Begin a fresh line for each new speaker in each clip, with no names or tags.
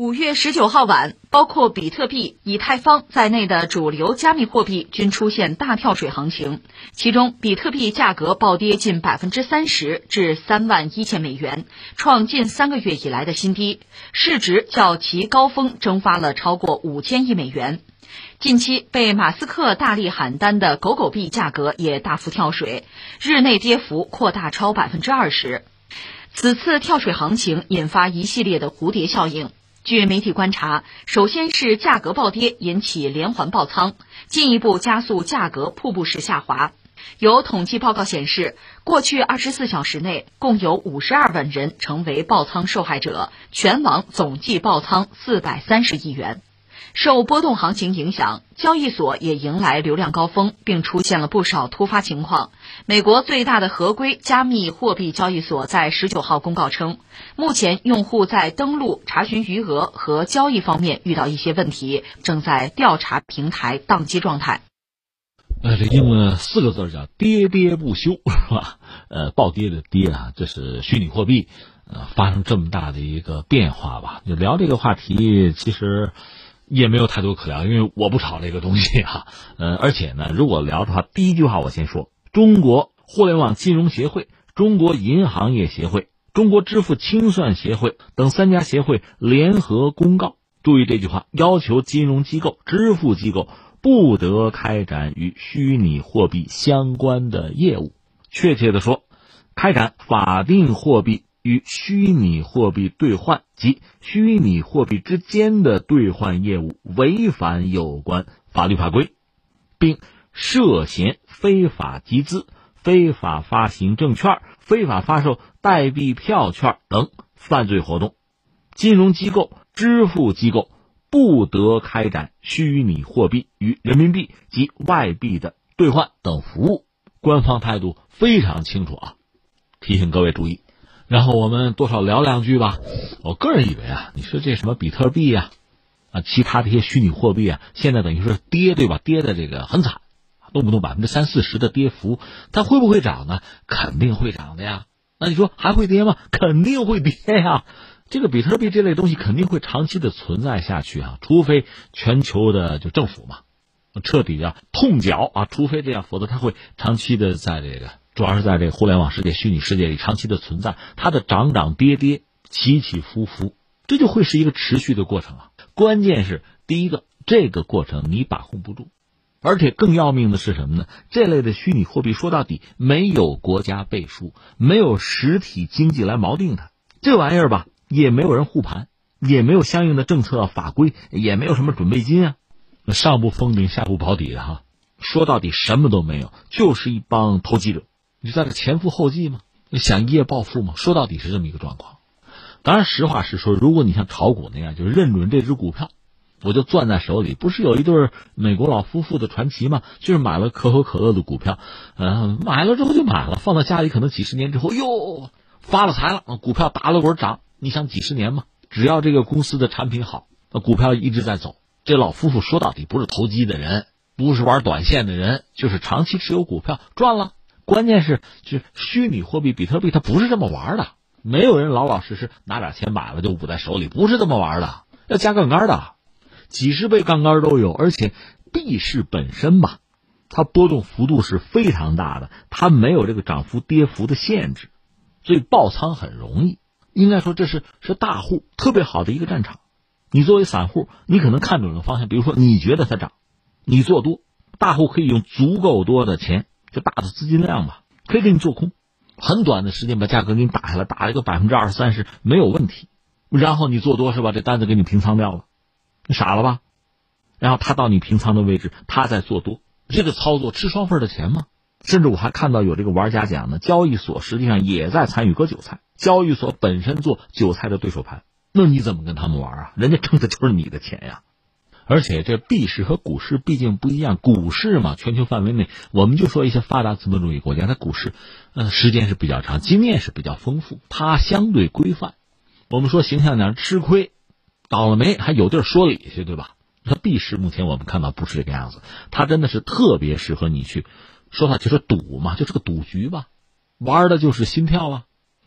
5月19号晚，包括比特币、以太坊在内的主流加密货币均出现大跳水行情，其中比特币价格暴跌近30%至31000美元，创近3个月以来的新低，市值较其高峰蒸发了超过5000亿美元。近期被马斯克大力喊单的狗狗币价格也大幅跳水，日内跌幅扩大超20%。此次跳水行情引发一系列的蝴蝶效应。据媒体观察，首先是价格暴跌引起连环爆仓，进一步加速价格瀑布式下滑。有统计报告显示，过去24小时内共有52万人成为爆仓受害者，全网总计爆仓430亿元。受波动行情影响，交易所也迎来流量高峰，并出现了不少突发情况。美国最大的合规加密货币交易所在19号公告称，目前用户在登录、查询余额和交易方面遇到一些问题，正在调查平台宕机状态。
这英文4个字叫跌跌不休，是吧？暴跌的跌啊，这是虚拟货币发生这么大的一个变化吧？就聊这个话题，其实也没有太多可聊，因为我不炒这个东西啊。而且呢，如果聊的话，第一句话我先说，中国互联网金融协会、中国银行业协会、中国支付清算协会等3家协会联合公告，注意这句话，要求金融机构、支付机构不得开展与虚拟货币相关的业务。确切的说，开展法定货币与虚拟货币兑换及虚拟货币之间的兑换业务违反有关法律法规，并涉嫌非法集资、非法发行证券、非法发售代币票券等犯罪活动。金融机构、支付机构不得开展虚拟货币与人民币及外币的兑换等服务。官方态度非常清楚啊，提醒各位注意。然后我们多少聊两句吧。我个人以为啊，你说这什么比特币啊，其他这些虚拟货币啊，现在等于是跌，对吧？跌的这个很惨，动不动30-40%的跌幅，它会不会涨呢？肯定会涨的呀。那你说还会跌吗？肯定会跌呀。这个比特币这类东西肯定会长期的存在下去啊，除非全球的就政府嘛，彻底的痛脚啊，除非这样，否则它会长期的在这个。主要是在这个互联网世界、虚拟世界里长期的存在，它的涨涨跌跌、起起伏伏，这就会是一个持续的过程啊。关键是第一个，这个过程你把控不住，而且更要命的是什么呢？这类的虚拟货币说到底没有国家背书，没有实体经济来锚定它，这玩意儿吧，也没有人护盘，也没有相应的政策法规，也没有什么准备金啊，上不封顶下不保底的哈。说到底什么都没有，就是一帮投机者。你在这前赴后继吗？你想一夜暴富吗？说到底是这么一个状况。当然实话实说，如果你像炒股那样，就是认准这只股票我就攥在手里，不是有一对美国老夫妇的传奇吗？就是买了可口可乐的股票，买了之后就买了，放到家里可能几十年之后哟发了财了，股票打了滚涨。你想几十年嘛，只要这个公司的产品好，股票一直在走。这老夫妇说到底不是投机的人，不是玩短线的人，就是长期持有股票赚了。关键是就是虚拟货币比特币它不是这么玩的，没有人老老实实拿点钱买了就捂在手里，不是这么玩的，要加杠杆的，几十倍杠杆都有。而且币市本身吧，它波动幅度是非常大的，它没有这个涨幅跌幅的限制，所以爆仓很容易。应该说这是大户特别好的一个战场。你作为散户，你可能看准了方向，比如说你觉得它涨，你做多，大户可以用足够多的钱，就大的资金量吧，可以给你做空，很短的时间把价格给你打下来，打了一个20%-30%没有问题。然后你做多是吧，这单子给你平仓掉了，你傻了吧？然后他到你平仓的位置，他在做多，这个操作吃双份的钱吗？甚至我还看到有这个玩家讲呢，交易所实际上也在参与割韭菜，交易所本身做韭菜的对手盘，那你怎么跟他们玩啊？人家挣的就是你的钱呀。而且这币市和股市毕竟不一样，股市嘛，全球范围内，我们就说一些发达资本主义国家，它股市，时间是比较长，经验是比较丰富，它相对规范。我们说形象点，吃亏，倒了霉还有地儿说理去，对吧？那币市目前我们看到不是这个样子，它真的是特别适合你去，说话就是赌嘛，就是个赌局吧，玩的就是心跳啊。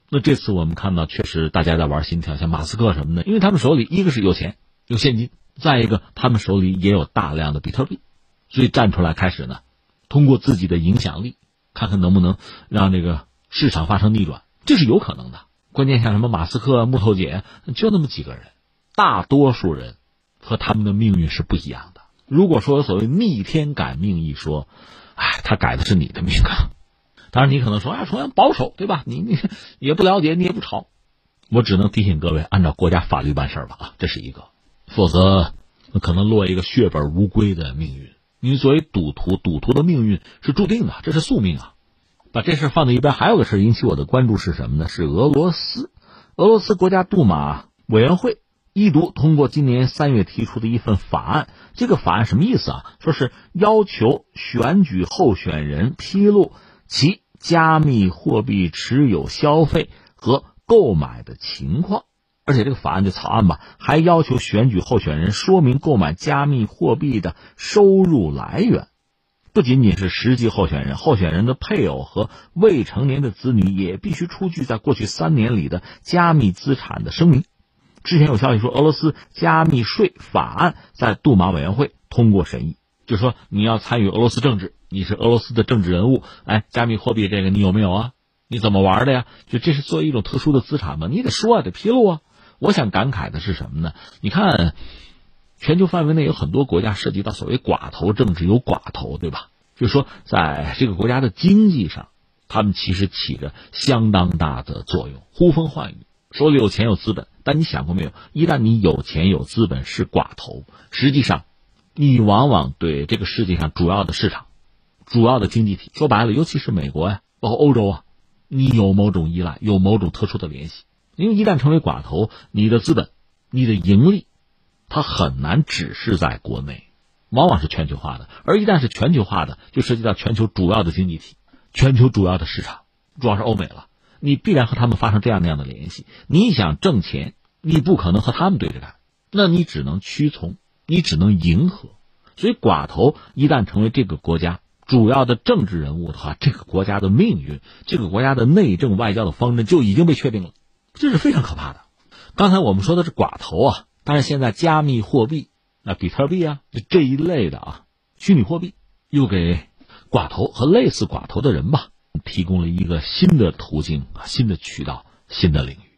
那这次我们看到，确实大家在玩心跳，像马斯克什么的，因为他们手里一个是有钱有现金，再一个他们手里也有大量的比特币，所以站出来开始呢，通过自己的影响力，看看能不能让这个市场发生逆转，这是有可能的。关键像什么马斯克、木头姐，就那么几个人，大多数人和他们的命运是不一样的。如果说有所谓逆天改命一说，他改的是你的命啊。当然你可能说崇洋保守，对吧？你也不了解，你也不吵。我只能提醒各位，按照国家法律办事吧啊，这是一个，否则可能落一个血本无归的命运。因为作为赌徒的命运是注定的，这是宿命啊。把这事放在一边，还有个事引起我的关注是什么呢？是俄罗斯国家杜马委员会一读通过今年3月提出的一份法案。这个法案什么意思啊？说是要求选举候选人披露其加密货币持有、消费和购买的情况，而且这个法案的草案吧，还要求选举候选人说明购买加密货币的收入来源。不仅仅是实际候选人，候选人的配偶和未成年的子女也必须出具在过去3年里的加密资产的声明。之前有消息说，俄罗斯加密税法案在杜马委员会通过审议，就说你要参与俄罗斯政治，你是俄罗斯的政治人物，加密货币这个你有没有啊？你怎么玩的呀？就这是作为一种特殊的资产吗？你得说啊，得披露啊。我想感慨的是什么呢？你看全球范围内有很多国家涉及到所谓寡头政治，有寡头，对吧？就是说在这个国家的经济上，他们其实起着相当大的作用，呼风唤雨，手里有钱有资本。但你想过没有，一旦你有钱有资本是寡头，实际上你往往对这个世界上主要的市场、主要的经济体，说白了尤其是美国呀，包括欧洲啊，你有某种依赖，有某种特殊的联系。因为一旦成为寡头，你的资本、你的盈利它很难只是在国内，往往是全球化的。而一旦是全球化的，就涉及到全球主要的经济体、全球主要的市场，主要是欧美了，你必然和他们发生这样那样的联系。你想挣钱，你不可能和他们对着干，那你只能屈从，你只能迎合。所以寡头一旦成为这个国家主要的政治人物的话，这个国家的命运，这个国家的内政外交的方针就已经被确定了，这是非常可怕的。刚才我们说的是寡头啊，但是现在加密货币、比特币啊这一类的虚拟货币，又给寡头和类似寡头的人吧提供了一个新的途径、新的渠道、新的领域。